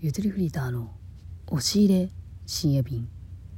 ゆとりフリーターの押し入れ深夜便。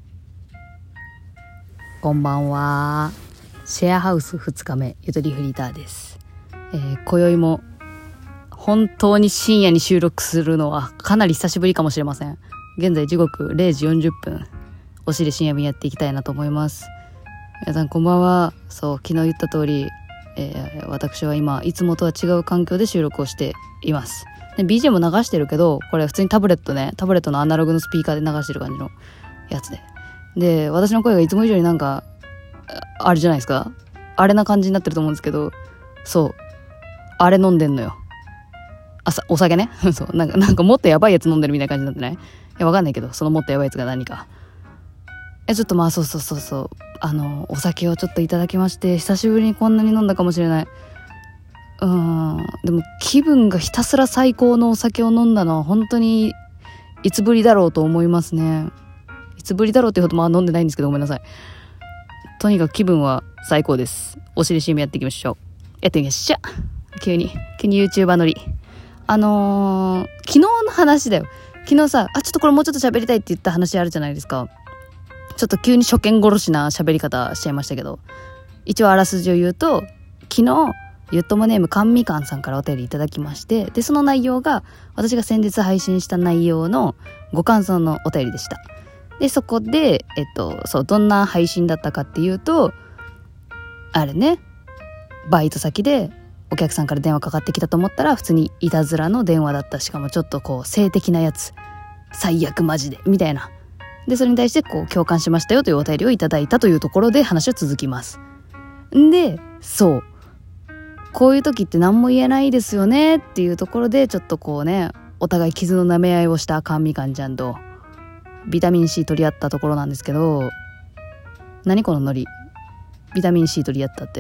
こんばんは。シェアハウス2日目、ゆとりフリーターです。今宵も本当に深夜に収録するのはかなり久しぶりかもしれません。現在時刻0時40分、押し入れ深夜便やっていきたいなと思います。皆さんこんばんは。そう、昨日言った通り、私は今いつもとは違う環境で収録をしています。で BGM も流してるけど、これ普通にタブレットのアナログのスピーカーで流してる感じのやつで、私の声がいつも以上になんかあれじゃないですか、あれな感じになってると思うんですけど、そうあれ飲んでんのよ。お酒ねそうなんかもっとやばいやつ飲んでるみたいな感じになってない？いやわかんないけど、そのもっとやばいやつが何かちょっとそうお酒をちょっといただきまして、久しぶりにこんなに飲んだかもしれない。でも気分がひたすら最高のお酒を飲んだのは本当にいつぶりだろうと思いますね。いつぶりだろうっていうほど飲んでないんですけど、ごめんなさい。とにかく気分は最高です。おしりしみやっていきましょう。やってみましょう。急に YouTuber 乗り。昨日の話だよ。昨日さ、ちょっとこれもうちょっと喋りたいって言った話あるじゃないですか。ちょっと急に初見殺しな喋り方しちゃいましたけど、一応あらすじを言うと、昨日ゆっともネームかんみかんさんからお便りいただきまして、でその内容が私が先日配信した内容のご感想のお便りでした。でそこでどんな配信だったかっていうと、あれね、バイト先でお客さんから電話かかってきたと思ったら普通にいたずらの電話だった。しかもちょっと性的なやつ、最悪マジでみたいな。でそれに対して共感しましたよというお便りをいただいたというところで話は続きます。でそうこういう時って何も言えないですよねっていうところで、ちょっとお互い傷の舐め合いをしたかんみかんちゃんとビタミン C 取り合ったところなんですけど、何このノリ、ビタミン C 取り合ったって。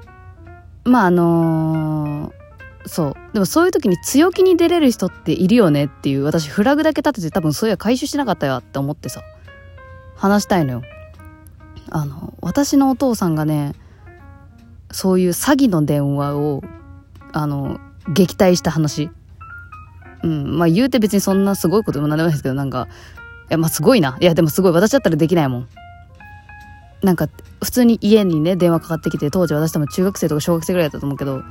そうでもそういう時に強気に出れる人っているよねっていう、私フラグだけ立てて多分そういや回収しなかったよって思ってさ、話したいのよ。私のお父さんがね、そういう詐欺の電話を撃退した話。言うて別にそんなすごいことでもなんでもないですけど、すごいな。いやでもすごい、私だったらできないもん。普通に家にね電話かかってきて、当時私多分中学生とか小学生ぐらいだったと思うけど、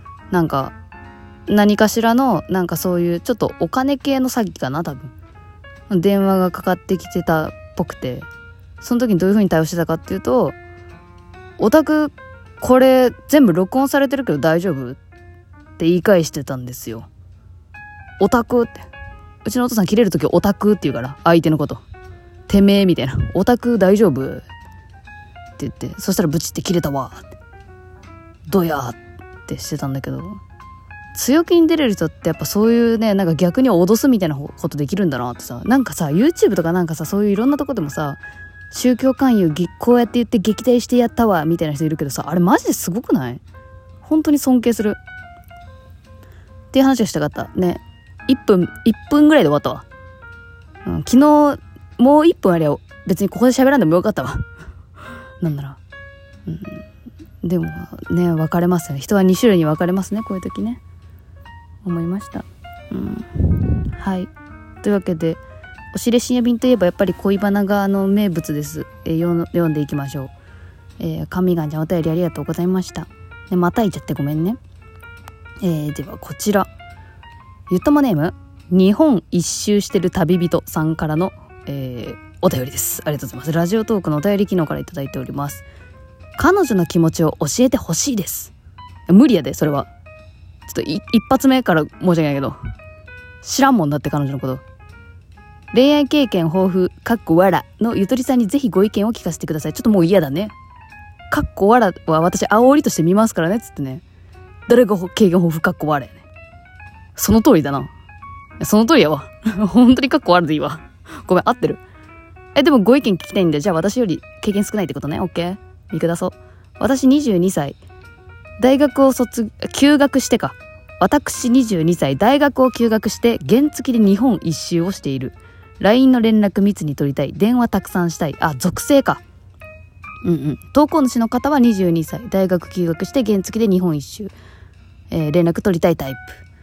何かしらのそういうちょっとお金系の詐欺かな、多分電話がかかってきてたっぽくて、その時にどういう風に対応してたかっていうと、オタクこれ全部録音されてるけど大丈夫って言い返してたんですよ。オタクって、うちのお父さん切れる時オタクって言うから、相手のことてめえみたいな、オタク大丈夫って言って、そしたらブチって切れたわって、どやってしてたんだけど、強気に出れる人ってやっぱそういうね、逆に脅すみたいなことできるんだなってさ、YouTube とかそういういろんなとこでもさ、宗教勧誘こうやって言って撃退してやったわみたいな人いるけどさ、あれマジですごくない？本当に尊敬するっていう話をしたかったね。1分ぐらいで終わったわ。昨日もう1分ありゃ別にここで喋らんでもよかったわなんなら、でもね、分かれますよね。人は2種類に分かれますね、こういう時ね、思いました。はい、というわけでおしれ深夜便といえばやっぱり恋バナが名物です。読んでいきましょう。かみがんちゃんお便りありがとうございました。でまたいちゃってごめんね。ではこちら、ゆっともネーム日本一周してる旅人さんからの、お便りです。ありがとうございます。ラジオトークのお便り機能からいただいております。彼女の気持ちを教えてほしいです。無理やでそれは。ちょっと一発目から申し訳ないけど、知らんもんだって彼女のこと。恋愛経験豊富わらのゆとりさんにぜひご意見を聞かせてください。ちょっともう嫌だね。わらは私煽りとして見ますからねつってね。誰が経験豊富わらやね。その通りだな。その通りやわ本当にわらでいいわ。ごめん、合ってる。でもご意見聞きたいんで、じゃあ私より経験少ないってことね。 OK、 見下そう。私22歳大学を休学してか私22歳大学を休学して原付で日本一周をしている。 LINE の連絡密に取りたい、電話たくさんしたい。属性か。投稿主の方は22歳大学休学して原付で日本一周、連絡取りたいタイ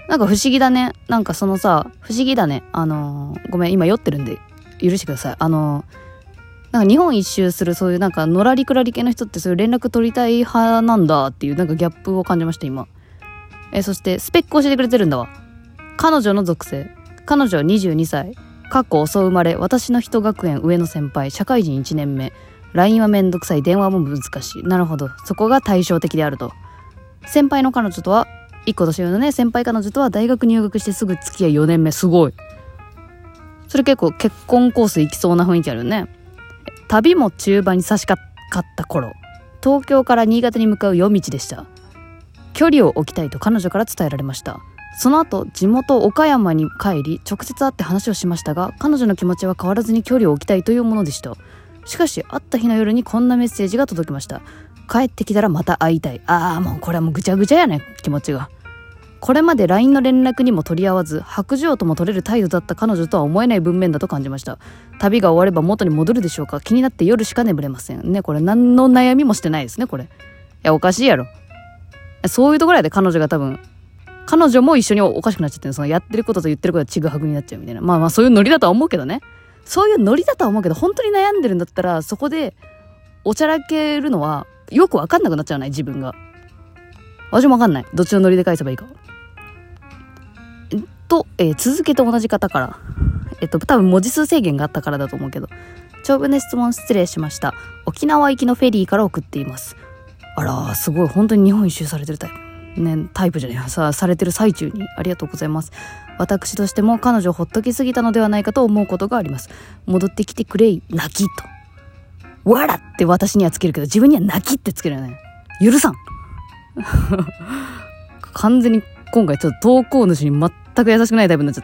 なんか不思議だね。なんかそのさ、不思議だね。ごめん、今酔ってるんで許してください。なんか日本一周するそういうなんかのらりくらり系の人ってそういう連絡取りたい派なんだっていうなんかギャップを感じました今。そしてスペックを教えてくれてるんだわ。彼女の属性。彼女は22歳。かっこ遅生まれ。私の一学園上の先輩。社会人1年目。LINE はめんどくさい。電話も難しい。なるほど。そこが対照的であると。先輩の彼女とは、1個年上のね、先輩彼女とは大学入学してすぐ付き合い4年目。すごい。それ結構結婚コース行きそうな雰囲気あるよね。旅も中盤に差し掛かった頃、東京から新潟に向かう夜道でした。距離を置きたいと彼女から伝えられました。その後、地元岡山に帰り、直接会って話をしましたが、彼女の気持ちは変わらずに距離を置きたいというものでした。しかし、会った日の夜にこんなメッセージが届きました。帰ってきたらまた会いたい。もうこれはもうぐちゃぐちゃやね、気持ちが。これまで LINE の連絡にも取り合わず、白状とも取れる態度だった彼女とは思えない文面だと感じました。旅が終われば元に戻るでしょうか。気になって夜しか眠れませんね。これ何の悩みもしてないですね、これ。いや、おかしいやろ。そういうところやで、彼女が多分。彼女も一緒におかしくなっちゃってる。そのやってることと言ってることがちぐはぐになっちゃうみたいな。まあまあそういうノリだとは思うけどね。そういうノリだとは思うけど、本当に悩んでるんだったら、そこでおちゃらけるのはよくわかんなくなっちゃわない、自分が。私もわかんない。どっちのノリで返せばいいか。続けて同じ方から。多分文字数制限があったからだと思うけど。長文で質問失礼しました。沖縄行きのフェリーから送っています。あら、すごい。本当に日本一周されてるタイプ。ね、タイプじゃない。されてる最中にありがとうございます。私としても彼女をほっときすぎたのではないかと思うことがあります。戻ってきてくれい、泣きと。わらって私にはつけるけど、自分には泣きってつけるよね。許さん。完全に今回ちょっと投稿主に全く優しくないタイプになっちゃった。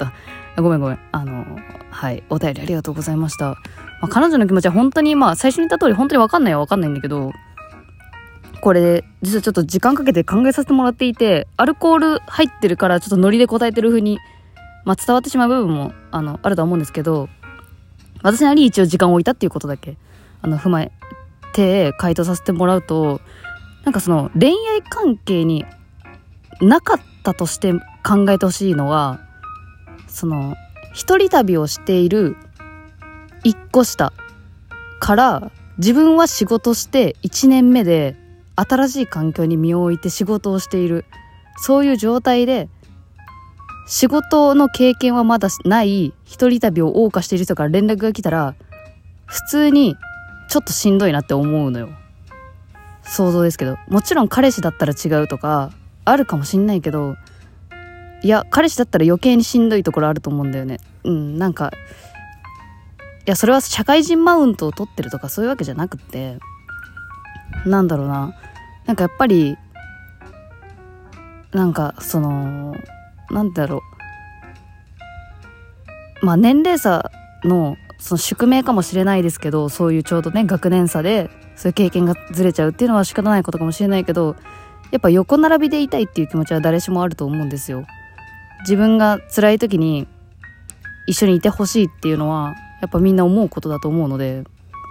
ごめん。はい、お便りありがとうございました。彼女の気持ちは本当に最初に言った通り本当に分かんないは分かんないんだけど、これ実はちょっと時間かけて考えさせてもらっていて、アルコール入ってるからちょっとノリで答えてる風に、伝わってしまう部分もあるとは思うんですけど、私なりに一応時間を置いたっていうことだけ踏まえて回答させてもらうと、なんかその恋愛関係になかったとして考えてほしいのは、その一人旅をしている一個下から自分は仕事して1年目で新しい環境に身を置いて仕事をしている、そういう状態で仕事の経験はまだない一人旅を謳歌している人から連絡が来たら、普通にちょっとしんどいなって思うのよ。想像ですけど、もちろん彼氏だったら違うとかあるかもしんないけど、いや彼氏だったら余計にしんどいところあると思うんだよね。なんか、いやそれは社会人マウントを取ってるとかそういうわけじゃなくて、なんだろうな、なんかやっぱりなんかそのなんだろう、年齢差のその宿命かもしれないですけど、そういうちょうどね学年差でそういう経験がずれちゃうっていうのは仕方ないことかもしれないけど、やっぱ横並びでいたいっていう気持ちは誰しもあると思うんですよ。自分が辛い時に一緒にいてほしいっていうのはやっぱみんな思うことだと思うので、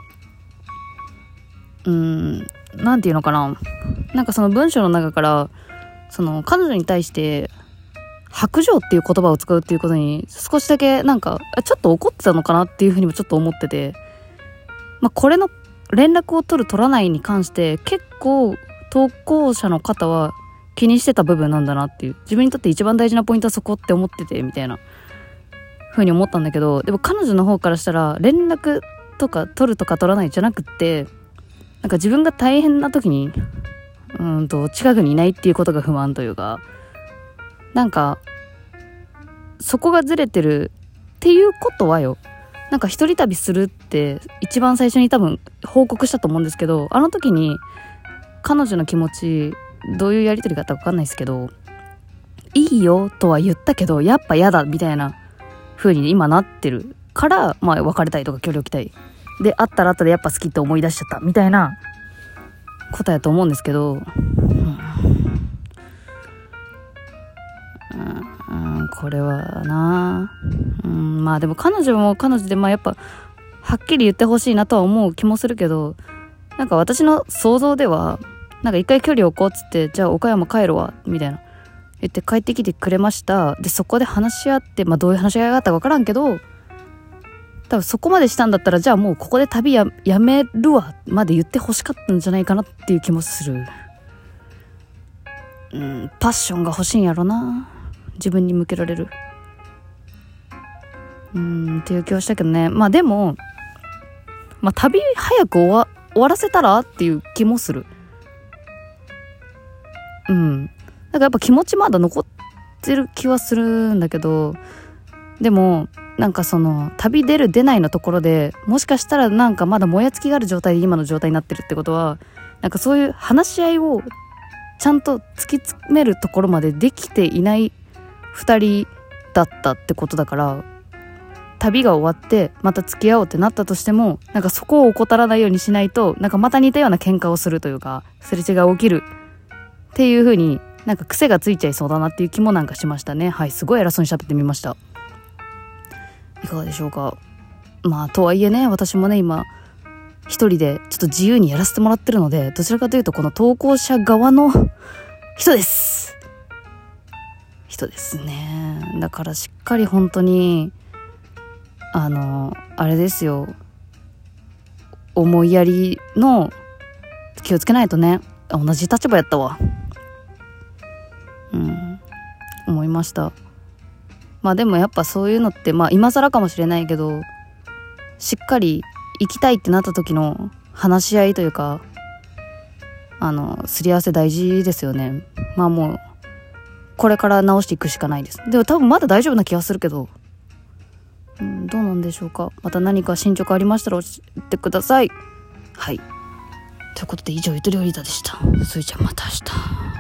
なんていうのかな、なんかその文章の中からその彼女に対して白状っていう言葉を使うっていうことに少しだけなんかちょっと怒ってたのかなっていうふうにもちょっと思ってて、これの連絡を取る取らないに関して結構投稿者の方は気にしてた部分なんだなっていう、自分にとって一番大事なポイントはそこって思っててみたいなふうに思ったんだけど、でも彼女の方からしたら連絡とか取るとか取らないじゃなくって、なんか自分が大変な時に近くにいないっていうことが不満というか、なんかそこがずれてるっていうことはよ、なんか一人旅するって一番最初に多分報告したと思うんですけど、あの時に彼女の気持ちどういうやり取りがあったか分かんないですけど、いいよとは言ったけどやっぱ嫌だみたいな風に今なってるから、別れたいとか距離を置きたいで、会ったら会ったでやっぱ好きって思い出しちゃったみたいなことやと思うんですけど、これはな、でも彼女も彼女でやっぱはっきり言ってほしいなとは思う気もするけど、なんか私の想像ではなんか一回距離を置こうっつって、じゃあ岡山帰るわみたいな、 言って帰ってきてくれました。でそこで話し合って、どういう話し合いがあったか分からんけど、多分そこまでしたんだったら、じゃあもうここで旅やめるわまで言ってほしかったんじゃないかなっていう気もする。パッションが欲しいんやろな、自分に向けられるっていう気はしたけどね。でも旅早く終わらせたらっていう気もする。だからやっぱ気持ちまだ残ってる気はするんだけど、でもなんかその旅出る出ないのところで、もしかしたらなんかまだもやつきがある状態で今の状態になってるってことは、なんかそういう話し合いをちゃんと突き詰めるところまでできていない2人だったってことだから、旅が終わってまた付き合おうってなったとしても、なんかそこを怠らないようにしないと、なんかまた似たような喧嘩をするというか、すれ違いが起きるっていう風になんか癖がついちゃいそうだなっていう気もなんかしましたね。はい、すごい偉そうに喋ってみました。いかがでしょうか。とはいえね、私もね今一人でちょっと自由にやらせてもらってるので、どちらかというとこの投稿者側の人ですね。だからしっかり本当にあれですよ、思いやりの気をつけないとね。同じ立場やったわ。思いました。でもやっぱそういうのって今更かもしれないけど、しっかり行きたいってなった時の話し合いというか、すり合わせ大事ですよね。もうこれから直していくしかないです。でも多分まだ大丈夫な気がするけど、どうなんでしょうか。また何か進捗ありましたら教えてください。はい、ということで以上ゆとりおりだでした。それじゃまた明日。